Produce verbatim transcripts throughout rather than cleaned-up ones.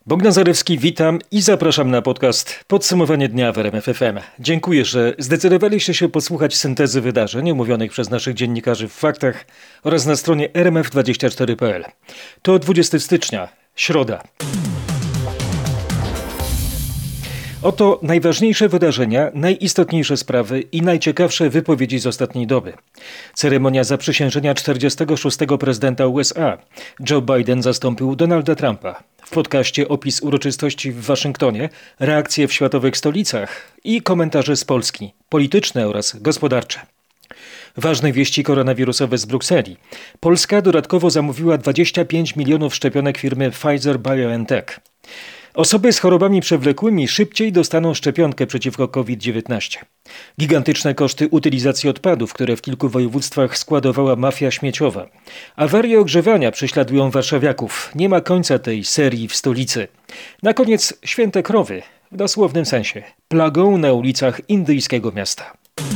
Bogdan Zarewski, witam i zapraszam na podcast Podsumowanie dnia w R M F F M. Dziękuję, że zdecydowaliście się posłuchać syntezy wydarzeń omówionych przez naszych dziennikarzy w Faktach oraz na stronie r m f dwadzieścia cztery kropka p l. To dwudziestego stycznia, środa. Oto najważniejsze wydarzenia, najistotniejsze sprawy i najciekawsze wypowiedzi z ostatniej doby. Ceremonia zaprzysiężenia czterdziestego szóstego prezydenta U S A. Joe Biden zastąpił Donalda Trumpa. W podcaście opis uroczystości w Waszyngtonie, reakcje w światowych stolicach i komentarze z Polski, polityczne oraz gospodarcze. Ważne wieści koronawirusowe z Brukseli. Polska dodatkowo zamówiła dwadzieścia pięć milionów szczepionek firmy Pfizer-BioNTech. Osoby z chorobami przewlekłymi szybciej dostaną szczepionkę przeciwko COVID dziewiętnaście. Gigantyczne koszty utylizacji odpadów, które w kilku województwach składowała mafia śmieciowa. Awarie ogrzewania prześladują warszawiaków. Nie ma końca tej serii w stolicy. Na koniec święte krowy, w dosłownym sensie, plagą na ulicach indyjskiego miasta.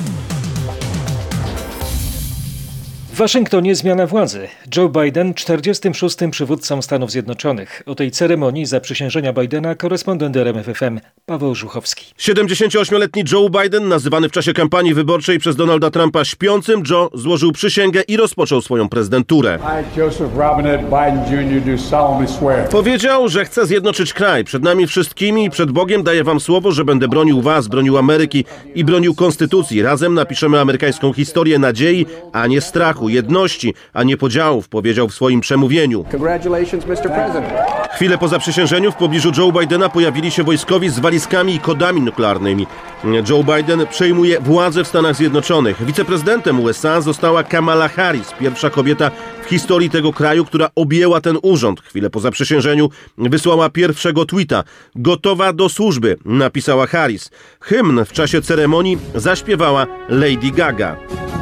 W Waszyngtonie zmiana władzy. Joe Biden czterdziestym szóstym przywódcą Stanów Zjednoczonych. O tej ceremonii zaprzysiężenia Bidena korespondent R M F F M Paweł Żuchowski. siedemdziesięcioośmioletni Joe Biden, nazywany w czasie kampanii wyborczej przez Donalda Trumpa śpiącym Joe, złożył przysięgę i rozpoczął swoją prezydenturę. I, Joseph Robinette Biden junior do solemnly swear. Powiedział, że chce zjednoczyć kraj. Przed nami wszystkimi i przed Bogiem daję wam słowo, że będę bronił was, bronił Ameryki i bronił konstytucji. Razem napiszemy amerykańską historię nadziei, a nie strachu. Jedności, a nie podziałów, powiedział w swoim przemówieniu. Congratulations, mister President. Chwilę po zaprzysiężeniu w pobliżu Joe Bidena pojawili się wojskowi z walizkami i kodami nuklearnymi. Joe Biden przejmuje władzę w Stanach Zjednoczonych. Wiceprezydentem U S A została Kamala Harris, pierwsza kobieta w historii tego kraju, która objęła ten urząd. Chwilę po zaprzysiężeniu wysłała pierwszego tweeta. Gotowa do służby, napisała Harris. Hymn w czasie ceremonii zaśpiewała Lady Gaga.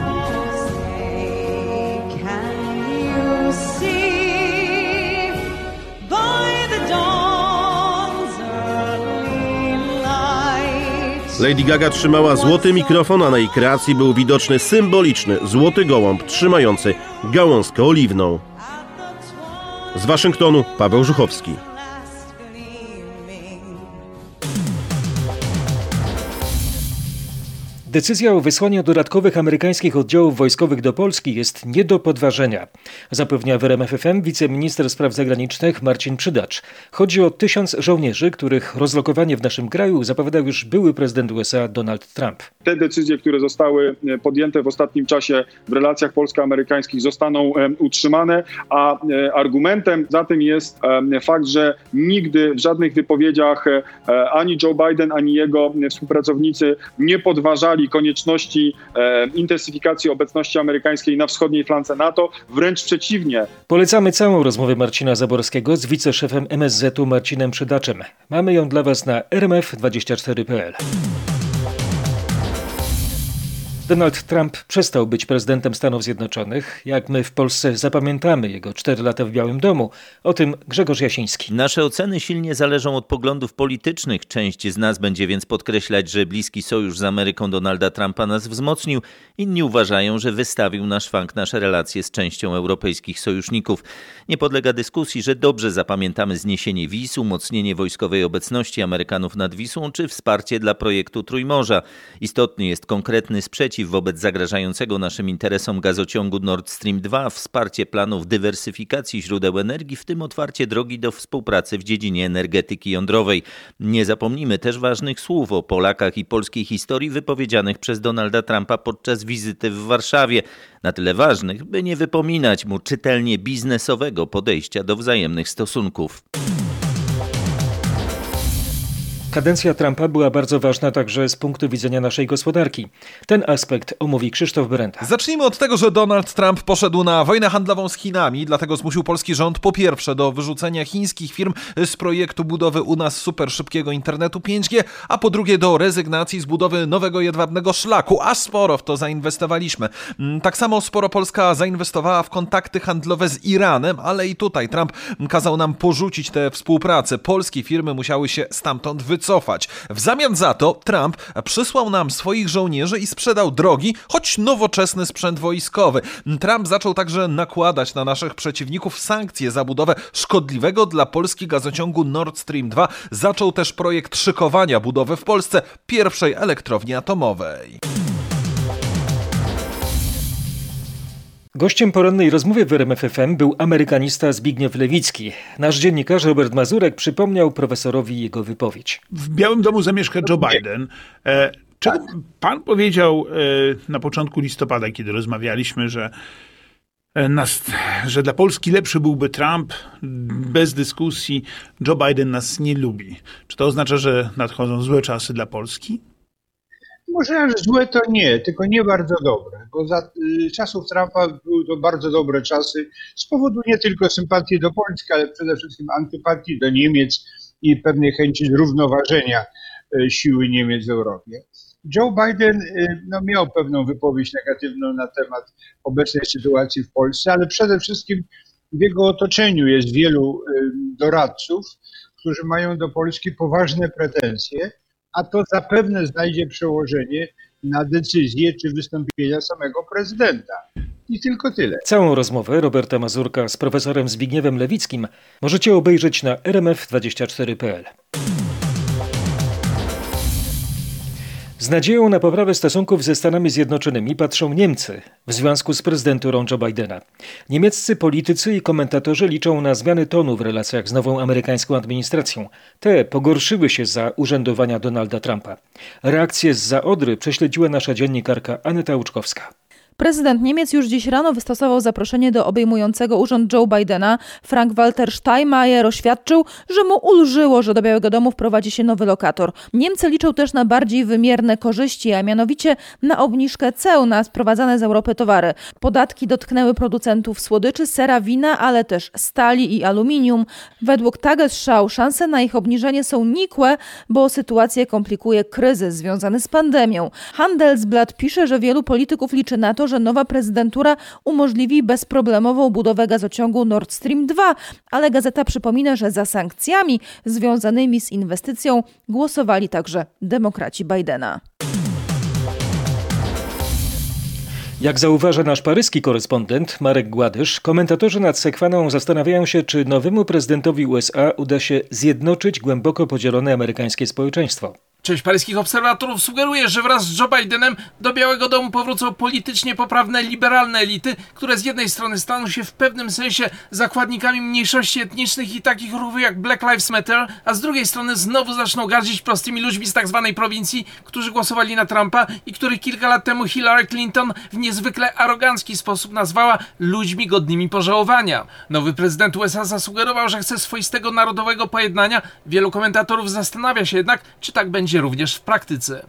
Lady Gaga trzymała złoty mikrofon, a na jej kreacji był widoczny symboliczny złoty gołąb trzymający gałązkę oliwną. Z Waszyngtonu Paweł Żuchowski. Decyzja o wysłaniu dodatkowych amerykańskich oddziałów wojskowych do Polski jest nie do podważenia, zapewnia w R M F F M wiceminister spraw zagranicznych Marcin Przydacz. Chodzi o tysiąc żołnierzy, których rozlokowanie w naszym kraju zapowiadał już były prezydent U S A Donald Trump. Te decyzje, które zostały podjęte w ostatnim czasie w relacjach polsko-amerykańskich, zostaną utrzymane, a argumentem za tym jest fakt, że nigdy w żadnych wypowiedziach ani Joe Biden, ani jego współpracownicy nie podważali konieczności e, intensyfikacji obecności amerykańskiej na wschodniej flance NATO, wręcz przeciwnie. Polecamy całą rozmowę Marcina Zaborskiego z wiceszefem M S Z u Marcinem Przydaczem. Mamy ją dla Was na r m f dwadzieścia cztery kropka p l. Donald Trump przestał być prezydentem Stanów Zjednoczonych. Jak my w Polsce zapamiętamy jego cztery lata w Białym Domu? O tym Grzegorz Jasiński. Nasze oceny silnie zależą od poglądów politycznych. Część z nas będzie więc podkreślać, że bliski sojusz z Ameryką Donalda Trumpa nas wzmocnił. Inni uważają, że wystawił na szwank nasze relacje z częścią europejskich sojuszników. Nie podlega dyskusji, że dobrze zapamiętamy zniesienie wiz, umocnienie wojskowej obecności Amerykanów nad Wisłą czy wsparcie dla projektu Trójmorza. Istotny jest konkretny sprzeciw wobec zagrażającego naszym interesom gazociągu Nord Stream dwa, wsparcie planów dywersyfikacji źródeł energii, w tym otwarcie drogi do współpracy w dziedzinie energetyki jądrowej. Nie zapomnijmy też ważnych słów o Polakach i polskiej historii wypowiedzianych przez Donalda Trumpa podczas wizyty w Warszawie. Na tyle ważnych, by nie wypominać mu czytelnie biznesowego podejścia do wzajemnych stosunków. Kadencja Trumpa była bardzo ważna także z punktu widzenia naszej gospodarki. Ten aspekt omówi Krzysztof Brenda. Zacznijmy od tego, że Donald Trump poszedł na wojnę handlową z Chinami, dlatego zmusił polski rząd po pierwsze do wyrzucenia chińskich firm z projektu budowy u nas super szybkiego internetu pięć G, a po drugie do rezygnacji z budowy nowego jedwabnego szlaku, a sporo w to zainwestowaliśmy. Tak samo sporo Polska zainwestowała w kontakty handlowe z Iranem, ale i tutaj Trump kazał nam porzucić tę współpracę. Polskie firmy musiały się stamtąd wycofać. wycofać. W zamian za to Trump przysłał nam swoich żołnierzy i sprzedał drogi, choć nowoczesny sprzęt wojskowy. Trump zaczął także nakładać na naszych przeciwników sankcje za budowę szkodliwego dla Polski gazociągu Nord Stream dwa. Zaczął też projekt szykowania budowy w Polsce pierwszej elektrowni atomowej. Gościem porannej rozmowy w R M F F M był amerykanista Zbigniew Lewicki. Nasz dziennikarz Robert Mazurek przypomniał profesorowi jego wypowiedź. W Białym Domu zamieszka Joe Biden. E, czego pan powiedział e, na początku listopada, kiedy rozmawialiśmy, że, e, nas, że dla Polski lepszy byłby Trump, bez dyskusji. Joe Biden nas nie lubi. Czy to oznacza, że nadchodzą złe czasy dla Polski? Może złe to nie, tylko nie bardzo dobre, bo za y, czasów Trumpa były to bardzo dobre czasy z powodu nie tylko sympatii do Polski, ale przede wszystkim antypatii do Niemiec i pewnej chęci zrównoważenia y, siły Niemiec w Europie. Joe Biden y, no, miał pewną wypowiedź negatywną na temat obecnej sytuacji w Polsce, ale przede wszystkim w jego otoczeniu jest wielu y, doradców, którzy mają do Polski poważne pretensje, a to zapewne znajdzie przełożenie na decyzję czy wystąpienia samego prezydenta. I tylko tyle. Całą rozmowę Roberta Mazurka z profesorem Zbigniewem Lewickim możecie obejrzeć na r m f dwadzieścia cztery kropka p l. Z nadzieją na poprawę stosunków ze Stanami Zjednoczonymi patrzą Niemcy w związku z prezydenturą Joe Bidena. Niemieccy politycy i komentatorzy liczą na zmiany tonu w relacjach z nową amerykańską administracją. Te pogorszyły się za urzędowania Donalda Trumpa. Reakcje zza Odry prześledziła nasza dziennikarka Aneta Łuczkowska. Prezydent Niemiec już dziś rano wystosował zaproszenie do obejmującego urząd Joe Bidena. Frank-Walter Steinmeier oświadczył, że mu ulżyło, że do Białego Domu wprowadzi się nowy lokator. Niemcy liczą też na bardziej wymierne korzyści, a mianowicie na obniżkę ceł na sprowadzane z Europy towary. Podatki dotknęły producentów słodyczy, sera, wina, ale też stali i aluminium. Według Tagesschau szanse na ich obniżenie są nikłe, bo sytuację komplikuje kryzys związany z pandemią. Handelsblatt pisze, że wielu polityków liczy na to, że nowa prezydentura umożliwi bezproblemową budowę gazociągu Nord Stream dwa, ale gazeta przypomina, że za sankcjami związanymi z inwestycją głosowali także demokraci Bidena. Jak zauważa nasz paryski korespondent Marek Gładysz, komentatorzy nad Sekwaną zastanawiają się, czy nowemu prezydentowi U S A uda się zjednoczyć głęboko podzielone amerykańskie społeczeństwo. Część paryskich obserwatorów sugeruje, że wraz z Joe Bidenem do Białego Domu powrócą politycznie poprawne, liberalne elity, które z jednej strony staną się w pewnym sensie zakładnikami mniejszości etnicznych i takich ruchów jak Black Lives Matter, a z drugiej strony znowu zaczną gardzić prostymi ludźmi z tak zwanej prowincji, którzy głosowali na Trumpa i których kilka lat temu Hillary Clinton w niezwykle arogancki sposób nazwała ludźmi godnymi pożałowania. Nowy prezydent U S A zasugerował, że chce swoistego narodowego pojednania. Wielu komentatorów zastanawia się jednak, czy tak będzie również w praktyce.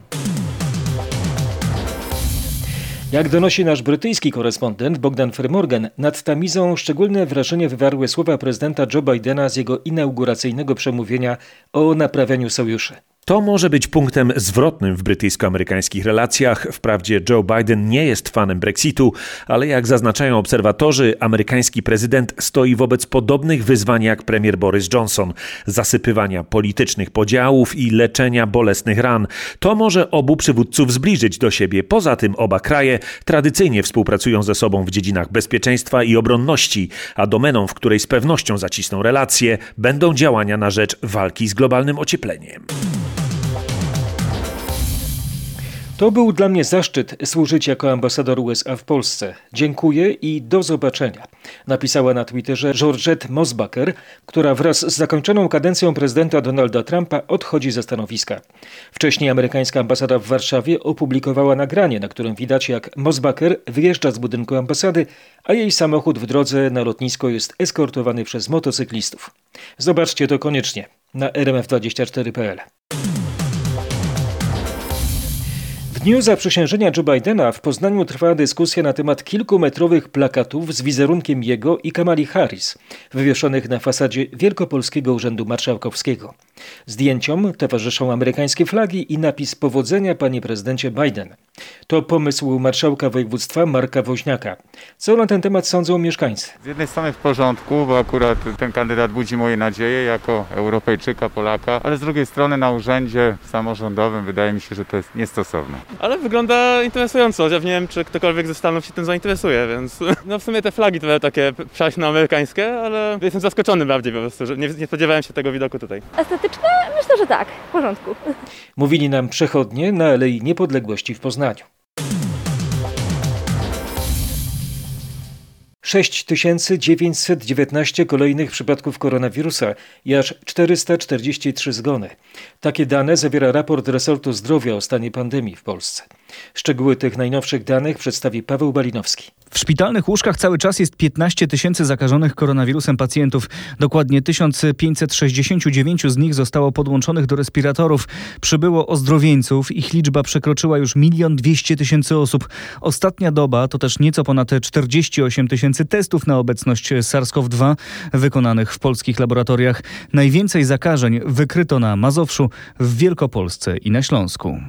Jak donosi nasz brytyjski korespondent Bogdan Fermorgan, nad Tamizą szczególne wrażenie wywarły słowa prezydenta Joe Bidena z jego inauguracyjnego przemówienia o naprawianiu sojuszy. To może być punktem zwrotnym w brytyjsko-amerykańskich relacjach. Wprawdzie Joe Biden nie jest fanem Brexitu, ale jak zaznaczają obserwatorzy, amerykański prezydent stoi wobec podobnych wyzwań jak premier Boris Johnson. Zasypywania politycznych podziałów i leczenia bolesnych ran. To może obu przywódców zbliżyć do siebie. Poza tym oba kraje tradycyjnie współpracują ze sobą w dziedzinach bezpieczeństwa i obronności, a domeną, w której z pewnością zacisną relacje, będą działania na rzecz walki z globalnym ociepleniem. To był dla mnie zaszczyt służyć jako ambasador U S A w Polsce. Dziękuję i do zobaczenia. Napisała na Twitterze Georgette Mosbacher, która wraz z zakończoną kadencją prezydenta Donalda Trumpa odchodzi ze stanowiska. Wcześniej amerykańska ambasada w Warszawie opublikowała nagranie, na którym widać, jak Mosbacher wyjeżdża z budynku ambasady, a jej samochód w drodze na lotnisko jest eskortowany przez motocyklistów. Zobaczcie to koniecznie na r m f dwadzieścia cztery kropka p l. W dniu zaprzysiężenia Joe Bidena w Poznaniu trwała dyskusja na temat kilkumetrowych plakatów z wizerunkiem jego i Kamali Harris, wywieszonych na fasadzie Wielkopolskiego Urzędu Marszałkowskiego. Zdjęciom towarzyszą amerykańskie flagi i napis „Powodzenia, panie prezydencie Biden”. To pomysł marszałka województwa Marka Woźniaka. Co na ten temat sądzą mieszkańcy? Z jednej strony w porządku, bo akurat ten kandydat budzi moje nadzieje jako Europejczyka, Polaka, ale z drugiej strony na urzędzie samorządowym wydaje mi się, że to jest niestosowne. Ale wygląda interesująco, ja nie wiem, czy ktokolwiek ze Stanów się tym zainteresuje, więc no w sumie te flagi trochę takie przeaśnoamerykańskie, ale jestem zaskoczony bardziej po prostu, że nie, nie spodziewałem się tego widoku tutaj. Estetyczne? Myślę, że tak, w porządku. Mówili nam przechodnie na Alei Niepodległości w Poznaniu. sześć tysięcy dziewięćset dziewiętnaście kolejnych przypadków koronawirusa i aż czterysta czterdzieści trzy zgony. Takie dane zawiera raport resortu zdrowia o stanie pandemii w Polsce. Szczegóły tych najnowszych danych przedstawi Paweł Balinowski. W szpitalnych łóżkach cały czas jest piętnaście tysięcy zakażonych koronawirusem pacjentów. Dokładnie tysiąc pięćset sześćdziesiąt dziewięć z nich zostało podłączonych do respiratorów. Przybyło ozdrowieńców. Ich liczba przekroczyła już milion dwieście tysięcy osób. Ostatnia doba to też nieco ponad czterdzieści osiem tysięcy testów na obecność SARS-CoV dwa wykonanych w polskich laboratoriach. Najwięcej zakażeń wykryto na Mazowszu, w Wielkopolsce i na Śląsku.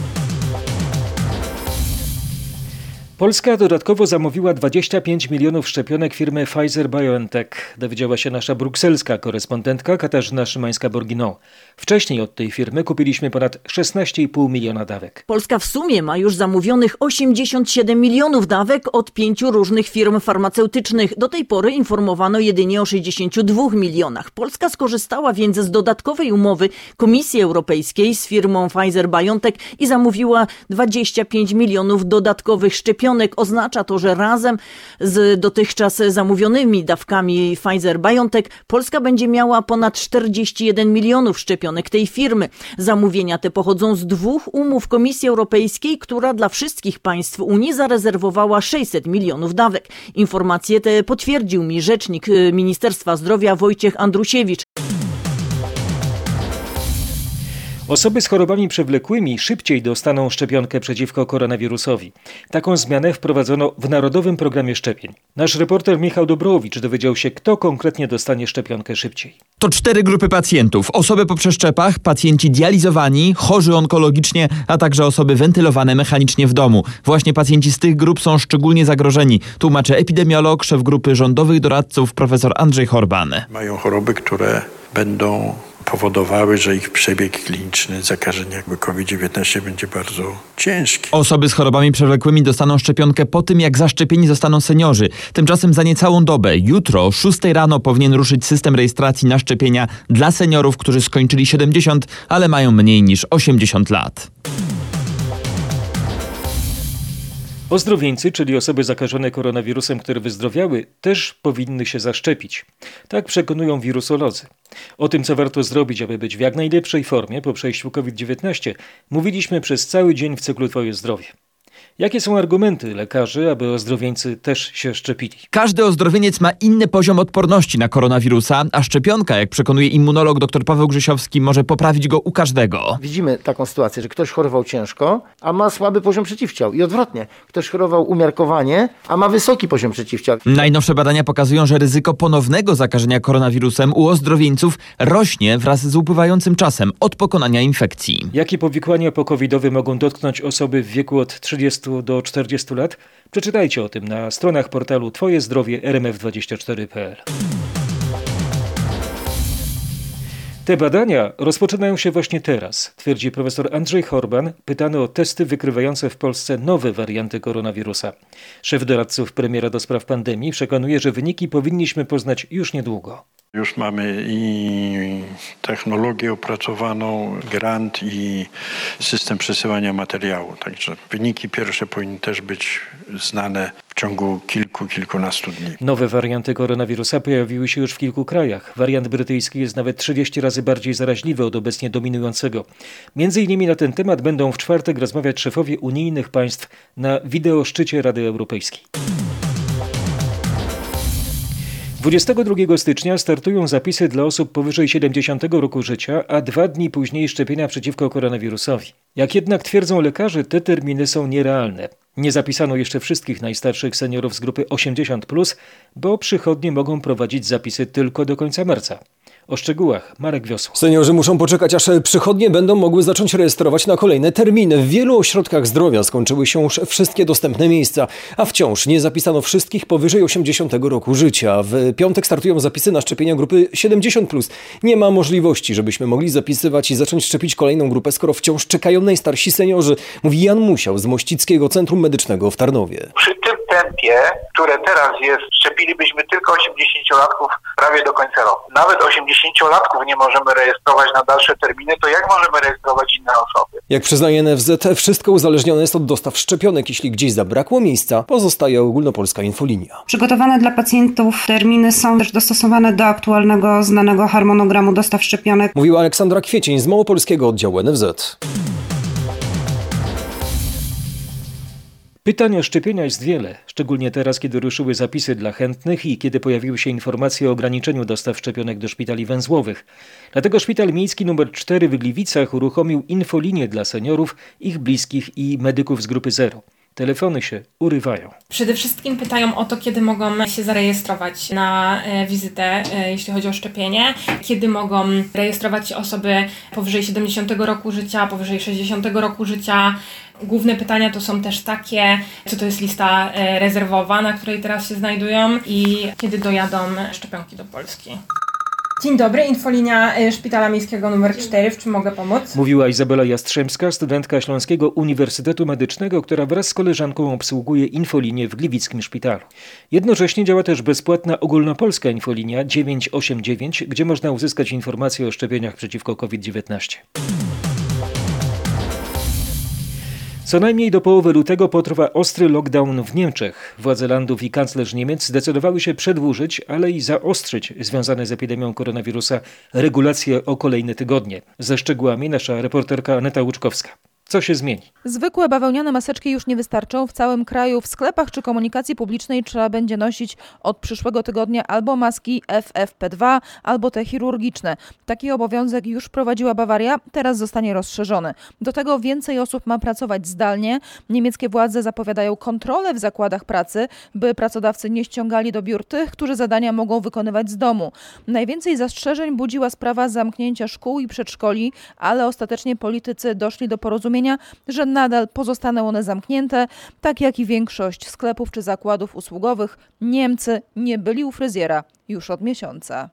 Polska dodatkowo zamówiła dwadzieścia pięć milionów szczepionek firmy Pfizer-BioNTech, dowiedziała się nasza brukselska korespondentka Katarzyna Szymańska-Borginą. Wcześniej od tej firmy kupiliśmy ponad szesnaście i pół miliona dawek. Polska w sumie ma już zamówionych osiemdziesiąt siedem milionów dawek od pięciu różnych firm farmaceutycznych. Do tej pory informowano jedynie o sześćdziesięciu dwóch milionach. Polska skorzystała więc z dodatkowej umowy Komisji Europejskiej z firmą Pfizer-BioNTech i zamówiła dwadzieścia pięć milionów dodatkowych szczepionek. Oznacza to, że razem z dotychczas zamówionymi dawkami Pfizer-BioNTech Polska będzie miała ponad czterdzieści jeden milionów szczepionek tej firmy. Zamówienia te pochodzą z dwóch umów Komisji Europejskiej, która dla wszystkich państw Unii zarezerwowała sześćset milionów dawek. Informacje te potwierdził mi rzecznik Ministerstwa Zdrowia Wojciech Andrusiewicz. Osoby z chorobami przewlekłymi szybciej dostaną szczepionkę przeciwko koronawirusowi. Taką zmianę wprowadzono w Narodowym Programie Szczepień. Nasz reporter Michał Dobrowicz dowiedział się, kto konkretnie dostanie szczepionkę szybciej. To cztery grupy pacjentów. Osoby po przeszczepach, pacjenci dializowani, chorzy onkologicznie, a także osoby wentylowane mechanicznie w domu. Właśnie pacjenci z tych grup są szczególnie zagrożeni. Tłumaczy epidemiolog, szef grupy rządowych doradców profesor Andrzej Horban. Mają choroby, które będą powodowały, że ich przebieg kliniczny zakażenia jakby COVID dziewiętnaście będzie bardzo ciężki. Osoby z chorobami przewlekłymi dostaną szczepionkę po tym, jak zaszczepieni zostaną seniorzy. Tymczasem za niecałą dobę, jutro o szóstej rano powinien ruszyć system rejestracji na szczepienia dla seniorów, którzy skończyli siedemdziesiąt, ale mają mniej niż osiemdziesiąt lat. Ozdrowieńcy, czyli osoby zakażone koronawirusem, które wyzdrowiały, też powinny się zaszczepić. Tak przekonują wirusolodzy. O tym, co warto zrobić, aby być w jak najlepszej formie po przejściu COVID dziewiętnaście, mówiliśmy przez cały dzień w cyklu Twoje zdrowie. Jakie są argumenty lekarzy, aby ozdrowieńcy też się szczepili? Każdy ozdrowieniec ma inny poziom odporności na koronawirusa, a szczepionka, jak przekonuje immunolog dr Paweł Grzesiowski, może poprawić go u każdego. Widzimy taką sytuację, że ktoś chorował ciężko, a ma słaby poziom przeciwciał. I odwrotnie, ktoś chorował umiarkowanie, a ma wysoki poziom przeciwciał. Najnowsze badania pokazują, że ryzyko ponownego zakażenia koronawirusem u ozdrowieńców rośnie wraz z upływającym czasem od pokonania infekcji. Jakie powikłania pokowidowe mogą dotknąć osoby w wieku od trzydziestu do czterdziestu lat? Przeczytajcie o tym na stronach portalu Twoje zdrowie R M F dwadzieścia cztery kropka P L. Te badania rozpoczynają się właśnie teraz, twierdzi profesor Andrzej Horban, pytany o testy wykrywające w Polsce nowe warianty koronawirusa. Szef doradców premiera do spraw pandemii przekonuje, że wyniki powinniśmy poznać już niedługo. Już mamy i technologię opracowaną, grant i system przesyłania materiału. Także wyniki pierwsze powinny też być znane w ciągu kilku, kilkunastu dni. Nowe warianty koronawirusa pojawiły się już w kilku krajach. Wariant brytyjski jest nawet trzydzieści razy bardziej zaraźliwy od obecnie dominującego. Między innymi na ten temat będą w czwartek rozmawiać szefowie unijnych państw na wideoszczycie Rady Europejskiej. dwudziestego drugiego stycznia startują zapisy dla osób powyżej siedemdziesiątego roku życia, a dwa dni później szczepienia przeciwko koronawirusowi. Jak jednak twierdzą lekarze, te terminy są nierealne. Nie zapisano jeszcze wszystkich najstarszych seniorów z grupy osiemdziesiąt plus, bo przychodnie mogą prowadzić zapisy tylko do końca marca. O szczegółach Marek Wiosło. Seniorzy muszą poczekać, aż przychodnie będą mogły zacząć rejestrować na kolejne terminy. W wielu ośrodkach zdrowia skończyły się już wszystkie dostępne miejsca, a wciąż nie zapisano wszystkich powyżej osiemdziesiątego roku życia. W piątek startują zapisy na szczepienia grupy siedemdziesiąt plus. Nie ma możliwości, żebyśmy mogli zapisywać i zacząć szczepić kolejną grupę, skoro wciąż czekają najstarsi seniorzy, mówi Jan Musiał z Mościckiego Centrum Medycznego w Tarnowie. Przy tym tempie, które teraz jest, szczepilibyśmy tylko osiemdziesięciolatków prawie do końca roku. Nawet osiemdziesięciolatków nie możemy rejestrować na dalsze terminy, to jak możemy rejestrować inne osoby? Jak przyznaje N F Z, wszystko uzależnione jest od dostaw szczepionek. Jeśli gdzieś zabrakło miejsca, pozostaje ogólnopolska infolinia. Przygotowane dla pacjentów terminy są też dostosowane do aktualnego, znanego harmonogramu dostaw szczepionek. Mówiła Aleksandra Kwiecień z Małopolskiego Oddziału N F Z. Pytań o szczepienia jest wiele, szczególnie teraz, kiedy ruszyły zapisy dla chętnych i kiedy pojawiły się informacje o ograniczeniu dostaw szczepionek do szpitali węzłowych. Dlatego Szpital Miejski numer cztery w Gliwicach uruchomił infolinię dla seniorów, ich bliskich i medyków z grupy zero. Telefony się urywają. Przede wszystkim pytają o to, kiedy mogą się zarejestrować na wizytę, jeśli chodzi o szczepienie, kiedy mogą rejestrować się osoby powyżej siedemdziesiątego roku życia, powyżej sześćdziesiątego roku życia. Główne pytania to są też takie, co to jest lista rezerwowa, na której teraz się znajdują i kiedy dojadą szczepionki do Polski. Dzień dobry, infolinia Szpitala Miejskiego numer cztery, w czym mogę pomóc? Mówiła Izabela Jastrzębska, studentka Śląskiego Uniwersytetu Medycznego, która wraz z koleżanką obsługuje infolinię w Gliwickim Szpitalu. Jednocześnie działa też bezpłatna ogólnopolska infolinia dziewięć osiem dziewięć, gdzie można uzyskać informacje o szczepieniach przeciwko COVID dziewiętnaście. Co najmniej do połowy lutego potrwa ostry lockdown w Niemczech. Władze landów i kanclerz Niemiec zdecydowały się przedłużyć, ale i zaostrzyć związane z epidemią koronawirusa regulacje o kolejne tygodnie. Ze szczegółami nasza reporterka Aneta Łuczkowska. Co się zmieni? Zwykłe bawełniane maseczki już nie wystarczą. W całym kraju w sklepach czy komunikacji publicznej trzeba będzie nosić od przyszłego tygodnia albo maski F F P dwa, albo te chirurgiczne. Taki obowiązek już wprowadziła Bawaria, teraz zostanie rozszerzony. Do tego więcej osób ma pracować zdalnie. Niemieckie władze zapowiadają kontrolę w zakładach pracy, by pracodawcy nie ściągali do biur tych, którzy zadania mogą wykonywać z domu. Najwięcej zastrzeżeń budziła sprawa zamknięcia szkół i przedszkoli, ale ostatecznie politycy doszli do porozumienia, że nadal pozostaną one zamknięte, tak jak i większość sklepów czy zakładów usługowych. Niemcy nie byli u fryzjera już od miesiąca.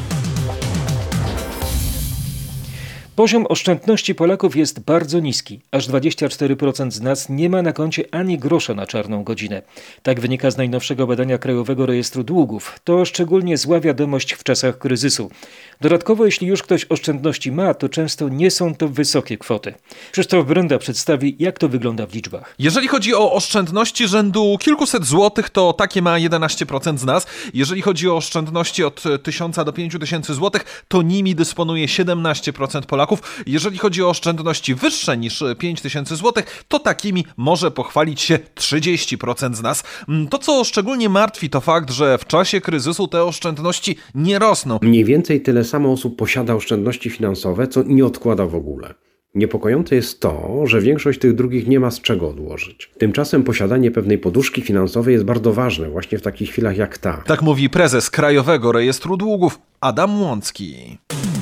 Poziom oszczędności Polaków jest bardzo niski. Aż dwadzieścia cztery procent z nas nie ma na koncie ani grosza na czarną godzinę. Tak wynika z najnowszego badania Krajowego Rejestru Długów. To szczególnie zła wiadomość w czasach kryzysu. Dodatkowo, jeśli już ktoś oszczędności ma, to często nie są to wysokie kwoty. Krzysztof Brenda przedstawi, jak to wygląda w liczbach. Jeżeli chodzi o oszczędności rzędu kilkuset złotych, to takie ma jedenaście procent z nas. Jeżeli chodzi o oszczędności od tysiąca do pięciu tysięcy złotych, to nimi dysponuje siedemnaście procent Polaków. Jeżeli chodzi o oszczędności wyższe niż pięć tysięcy złotych, to takimi może pochwalić się trzydzieści procent z nas. To, co szczególnie martwi, to fakt, że w czasie kryzysu te oszczędności nie rosną. Mniej więcej tyle samo osób posiada oszczędności finansowe, co nie odkłada w ogóle. Niepokojące jest to, że większość tych drugich nie ma z czego odłożyć. Tymczasem posiadanie pewnej poduszki finansowej jest bardzo ważne właśnie w takich chwilach jak ta. Tak mówi prezes Krajowego Rejestru Długów Adam Łącki.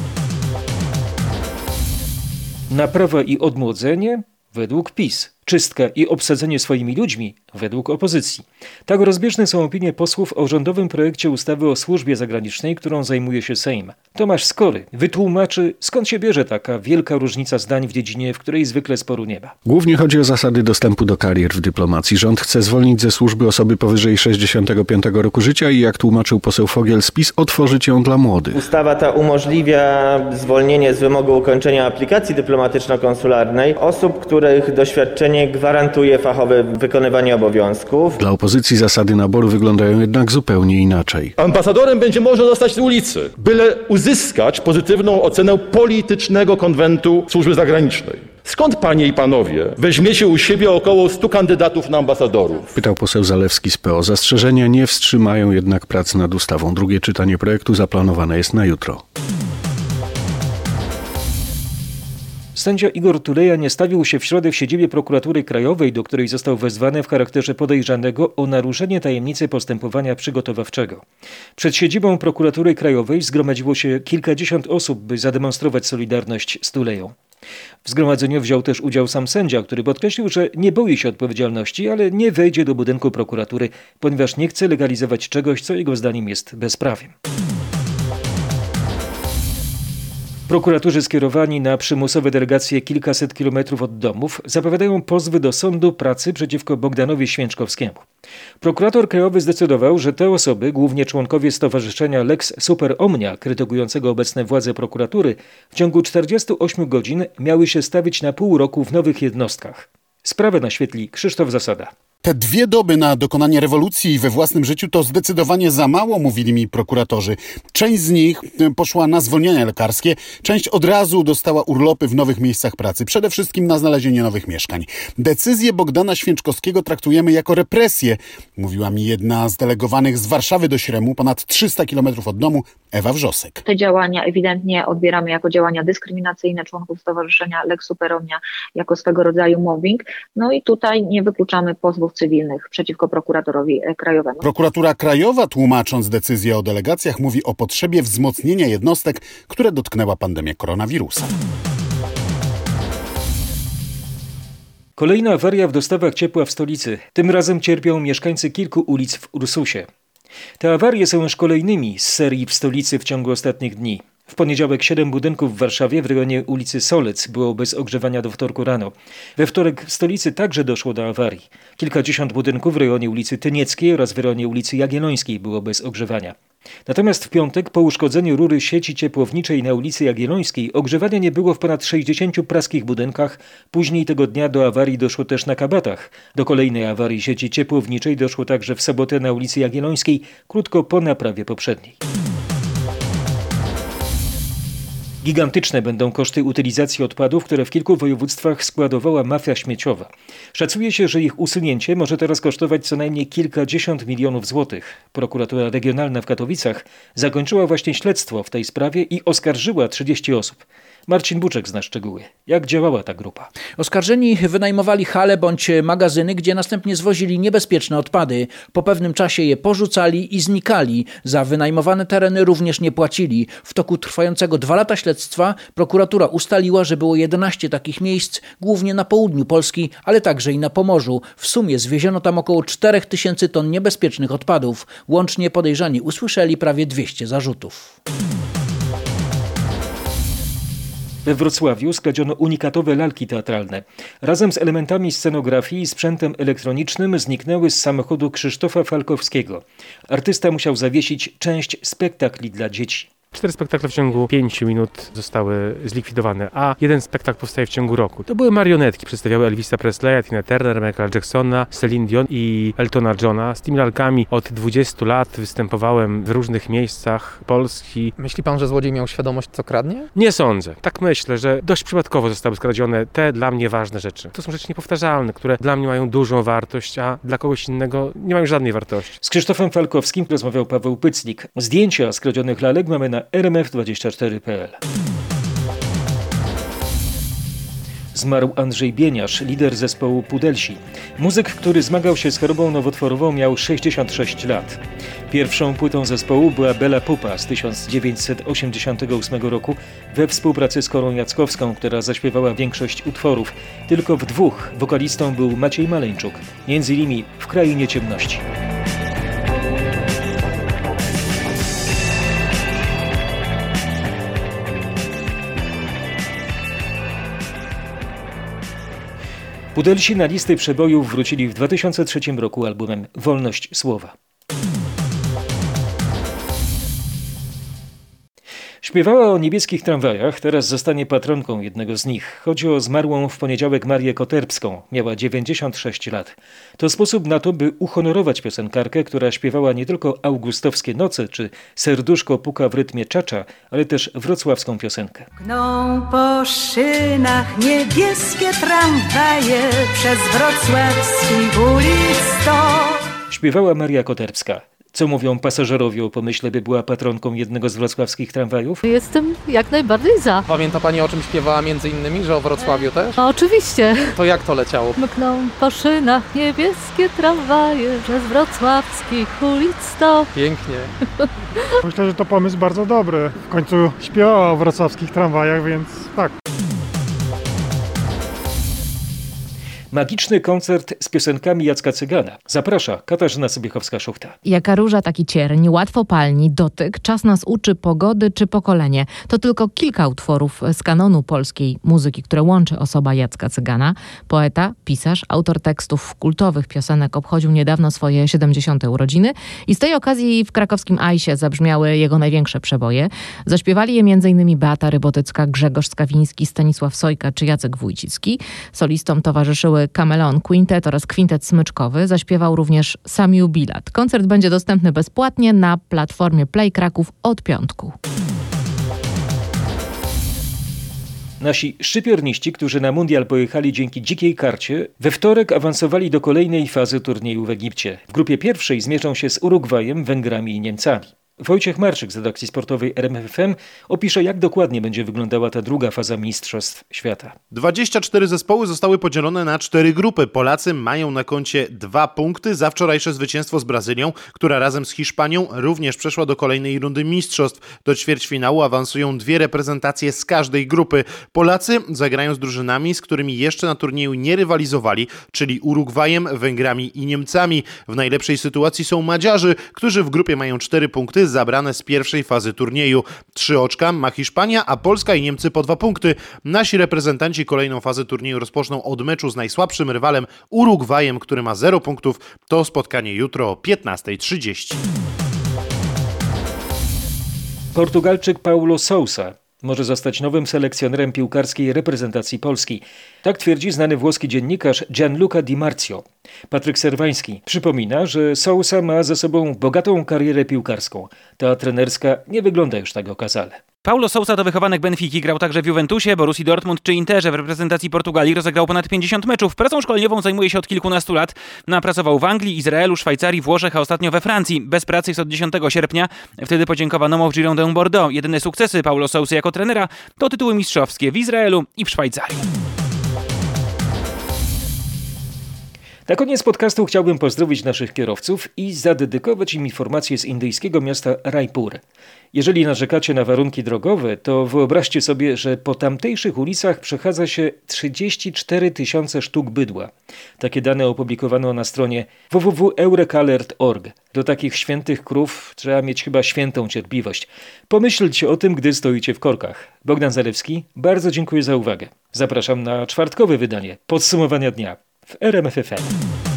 Naprawa i odmłodzenie według PiS. Czystka i obsadzenie swoimi ludźmi według opozycji. Tak rozbieżne są opinie posłów o rządowym projekcie ustawy o służbie zagranicznej, którą zajmuje się Sejm. Tomasz Skory wytłumaczy, skąd się bierze taka wielka różnica zdań w dziedzinie, w której zwykle sporu nie ma. Głównie chodzi o zasady dostępu do karier w dyplomacji. Rząd chce zwolnić ze służby osoby powyżej sześćdziesiątego piątego roku życia i, jak tłumaczył poseł Fogiel z PiS, otworzyć ją dla młodych. Ustawa ta umożliwia zwolnienie z wymogu ukończenia aplikacji dyplomatyczno-konsularnej osób, których doświadczenie gwarantuje fachowe wykonywanie obowiązków. Dla opozycji zasady naboru wyglądają jednak zupełnie inaczej. Ambasadorem będzie można zostać z ulicy, byle uzyskać pozytywną ocenę politycznego konwentu służby zagranicznej. Skąd panie i panowie weźmiecie u siebie około stu kandydatów na ambasadorów? Pytał poseł Zalewski z P O. Zastrzeżenia nie wstrzymają jednak prac nad ustawą. Drugie czytanie projektu zaplanowane jest na jutro. Sędzia Igor Tuleja nie stawił się w środę w siedzibie prokuratury krajowej, do której został wezwany w charakterze podejrzanego o naruszenie tajemnicy postępowania przygotowawczego. Przed siedzibą prokuratury krajowej zgromadziło się kilkadziesiąt osób, by zademonstrować solidarność z Tuleją. W zgromadzeniu wziął też udział sam sędzia, który podkreślił, że nie boi się odpowiedzialności, ale nie wejdzie do budynku prokuratury, ponieważ nie chce legalizować czegoś, co jego zdaniem jest bezprawiem. Prokuratorzy skierowani na przymusowe delegacje kilkaset kilometrów od domów zapowiadają pozwy do sądu pracy przeciwko Bogdanowi Święczkowskiemu. Prokurator krajowy zdecydował, że te osoby, głównie członkowie stowarzyszenia Lex Super Omnia, krytykującego obecne władze prokuratury, w ciągu czterdziestu ośmiu godzin miały się stawić na pół roku w nowych jednostkach. Sprawę naświetli Krzysztof Zasada. Te dwie doby na dokonanie rewolucji we własnym życiu to zdecydowanie za mało, mówili mi prokuratorzy. Część z nich poszła na zwolnienia lekarskie, część od razu dostała urlopy w nowych miejscach pracy, przede wszystkim na znalezienie nowych mieszkań. Decyzję Bogdana Święczkowskiego traktujemy jako represję, mówiła mi jedna z delegowanych z Warszawy do Śremu, ponad trzysta kilometrów od domu, Ewa Wrzosek. Te działania ewidentnie odbieramy jako działania dyskryminacyjne członków stowarzyszenia Lex Super Omnia, jako swego rodzaju mobbing. No i tutaj nie wykluczamy pozwów cywilnych przeciwko prokuratorowi krajowemu. Prokuratura krajowa, tłumacząc decyzję o delegacjach, mówi o potrzebie wzmocnienia jednostek, które dotknęła pandemia koronawirusa. Kolejna awaria w dostawach ciepła w stolicy. Tym razem cierpią mieszkańcy kilku ulic w Ursusie. Te awarie są już kolejnymi z serii w stolicy w ciągu ostatnich dni. W poniedziałek siedem budynków w Warszawie w rejonie ulicy Solec było bez ogrzewania do wtorku rano. We wtorek w stolicy także doszło do awarii. Kilkadziesiąt budynków w rejonie ulicy Tynieckiej oraz w rejonie ulicy Jagiellońskiej było bez ogrzewania. Natomiast w piątek po uszkodzeniu rury sieci ciepłowniczej na ulicy Jagiellońskiej ogrzewania nie było w ponad sześćdziesięciu praskich budynkach. Później tego dnia do awarii doszło też na Kabatach. Do kolejnej awarii sieci ciepłowniczej doszło także w sobotę na ulicy Jagiellońskiej, krótko po naprawie poprzedniej. Gigantyczne będą koszty utylizacji odpadów, które w kilku województwach składowała mafia śmieciowa. Szacuje się, że ich usunięcie może teraz kosztować co najmniej kilkadziesiąt milionów złotych. Prokuratura Regionalna w Katowicach zakończyła właśnie śledztwo w tej sprawie i oskarżyła trzydzieści osób. Marcin Buczek zna szczegóły. Jak działała ta grupa? Oskarżeni wynajmowali hale bądź magazyny, gdzie następnie zwozili niebezpieczne odpady. Po pewnym czasie je porzucali i znikali. Za wynajmowane tereny również nie płacili. W toku trwającego dwa lata śledztwa prokuratura ustaliła, że było jedenaście takich miejsc, głównie na południu Polski, ale także i na Pomorzu. W sumie zwieziono tam około czterech tysięcy ton niebezpiecznych odpadów. Łącznie podejrzani usłyszeli prawie dwieście zarzutów. We Wrocławiu skradziono unikatowe lalki teatralne. Razem z elementami scenografii i sprzętem elektronicznym zniknęły z samochodu Krzysztofa Falkowskiego. Artysta musiał zawiesić część spektakli dla dzieci. Cztery spektakle w ciągu pięciu minut zostały zlikwidowane, a jeden spektakl powstaje w ciągu roku. To były marionetki, przedstawiały Elvisa Presleya, Tina Turner, Michaela Jacksona, Celine Dion i Eltona Johna. Z tymi lalkami od dwudziestu lat występowałem w różnych miejscach Polski. Myśli pan, że złodziej miał świadomość, co kradnie? Nie sądzę. Tak myślę, że dość przypadkowo zostały skradzione te dla mnie ważne rzeczy. To są rzeczy niepowtarzalne, które dla mnie mają dużą wartość, a dla kogoś innego nie mają żadnej wartości. Z Krzysztofem Falkowskim rozmawiał Paweł Pyclik. Zdjęcia skradzionych lalek mamy na r m f dwadzieścia cztery kropka p l. Zmarł Andrzej Bieniasz, lider zespołu Pudelsi. Muzyk, który zmagał się z chorobą nowotworową, miał sześćdziesiąt sześć lat. Pierwszą płytą zespołu była Bela Pupa z tysiąc dziewięćset osiemdziesiątego ósmego roku we współpracy z Korą Jackowską, która zaśpiewała większość utworów. Tylko w dwóch wokalistą był Maciej Maleńczuk, między innymi w Krainie Ciemności. Pudelsi na listy przebojów wrócili w dwa tysiące trzecim roku albumem Wolność Słowa. Śpiewała o niebieskich tramwajach, teraz zostanie patronką jednego z nich. Chodzi o zmarłą w poniedziałek Marię Koterbską. Miała dziewięćdziesiąt sześć lat. To sposób na to, by uhonorować piosenkarkę, która śpiewała nie tylko augustowskie noce czy Serduszko puka w rytmie czacza, ale też wrocławską piosenkę. Gną po szynach niebieskie tramwaje przez wrocławskich ulic sto. Śpiewała Maria Koterbska. Co mówią pasażerowie o pomyśle, by była patronką jednego z wrocławskich tramwajów? Jestem jak najbardziej za. Pamięta Pani, o czym śpiewała między innymi, że o Wrocławiu też? No, oczywiście. To jak to leciało? Mkną po szynach niebieskie tramwaje przez wrocławskich ulic sto. Pięknie. Myślę, że to pomysł bardzo dobry. W końcu śpiewała o wrocławskich tramwajach, więc tak. Magiczny koncert z piosenkami Jacka Cygana. Zaprasza Katarzyna Sobiechowska-Szuchta. Jaka róża, taki cierń, łatwopalni, dotyk, czas nas uczy pogody czy pokolenie. To tylko kilka utworów z kanonu polskiej muzyki, które łączy osoba Jacka Cygana. Poeta, pisarz, autor tekstów kultowych piosenek obchodził niedawno swoje siedemdziesiąte urodziny i z tej okazji w krakowskim Ajsie zabrzmiały jego największe przeboje. Zaśpiewali je m.in. Beata Rybotycka, Grzegorz Skawiński, Stanisław Sojka czy Jacek Wójcicki. Solistom towarzyszyły Kameleon Quintet oraz Kwintet Smyczkowy. Zaśpiewał również sam jubilat. Koncert będzie dostępny bezpłatnie na platformie Play Kraków od piątku. Nasi szczypiorniści, którzy na mundial pojechali dzięki dzikiej karcie, we wtorek awansowali do kolejnej fazy turnieju w Egipcie. W grupie pierwszej zmierzą się z Urugwajem, Węgrami i Niemcami. Wojciech Marczyk z redakcji sportowej R M F F M opisze, jak dokładnie będzie wyglądała ta druga faza Mistrzostw Świata. dwadzieścia cztery zespoły zostały podzielone na cztery grupy. Polacy mają na koncie dwa punkty za wczorajsze zwycięstwo z Brazylią, która razem z Hiszpanią również przeszła do kolejnej rundy mistrzostw. Do ćwierćfinału awansują dwie reprezentacje z każdej grupy. Polacy zagrają z drużynami, z którymi jeszcze na turnieju nie rywalizowali, czyli Urugwajem, Węgrami i Niemcami. W najlepszej sytuacji są Madziarzy, którzy w grupie mają cztery punkty zabrane z pierwszej fazy turnieju. Trzy oczka ma Hiszpania, a Polska i Niemcy po dwa punkty. Nasi reprezentanci kolejną fazę turnieju rozpoczną od meczu z najsłabszym rywalem Urugwajem, który ma zero punktów. To spotkanie jutro o piętnasta trzydzieści. Portugalczyk Paulo Sousa może zostać nowym selekcjonerem piłkarskiej reprezentacji Polski. Tak twierdzi znany włoski dziennikarz Gianluca Di Marzio. Patryk Serwański przypomina, że Sousa ma za sobą bogatą karierę piłkarską. Ta trenerska nie wygląda już tak okazale. Paulo Sousa to wychowanek Benfiki, grał także w Juventusie, Borussii Dortmund czy Interze. W reprezentacji Portugalii rozegrał ponad pięćdziesiąt meczów. Pracą szkoleniową zajmuje się od kilkunastu lat. Napracował w Anglii, Izraelu, Szwajcarii, Włoszech, a ostatnio we Francji. Bez pracy jest od dziesiątego sierpnia. Wtedy podziękowano mu w Girondin Bordeaux. Jedyne sukcesy Paulo Sousy jako trenera to tytuły mistrzowskie w Izraelu i w Szwajcarii. Na koniec podcastu chciałbym pozdrowić naszych kierowców i zadedykować im informację z indyjskiego miasta Raipur. Jeżeli narzekacie na warunki drogowe, to wyobraźcie sobie, że po tamtejszych ulicach przechadza się trzydzieści cztery tysiące sztuk bydła. Takie dane opublikowano na stronie w w w kropka eurekalert kropka org. Do takich świętych krów trzeba mieć chyba świętą cierpliwość. Pomyślcie o tym, gdy stoicie w korkach. Bogdan Zalewski, bardzo dziękuję za uwagę. Zapraszam na czwartkowe wydanie podsumowania dnia w R M F F M.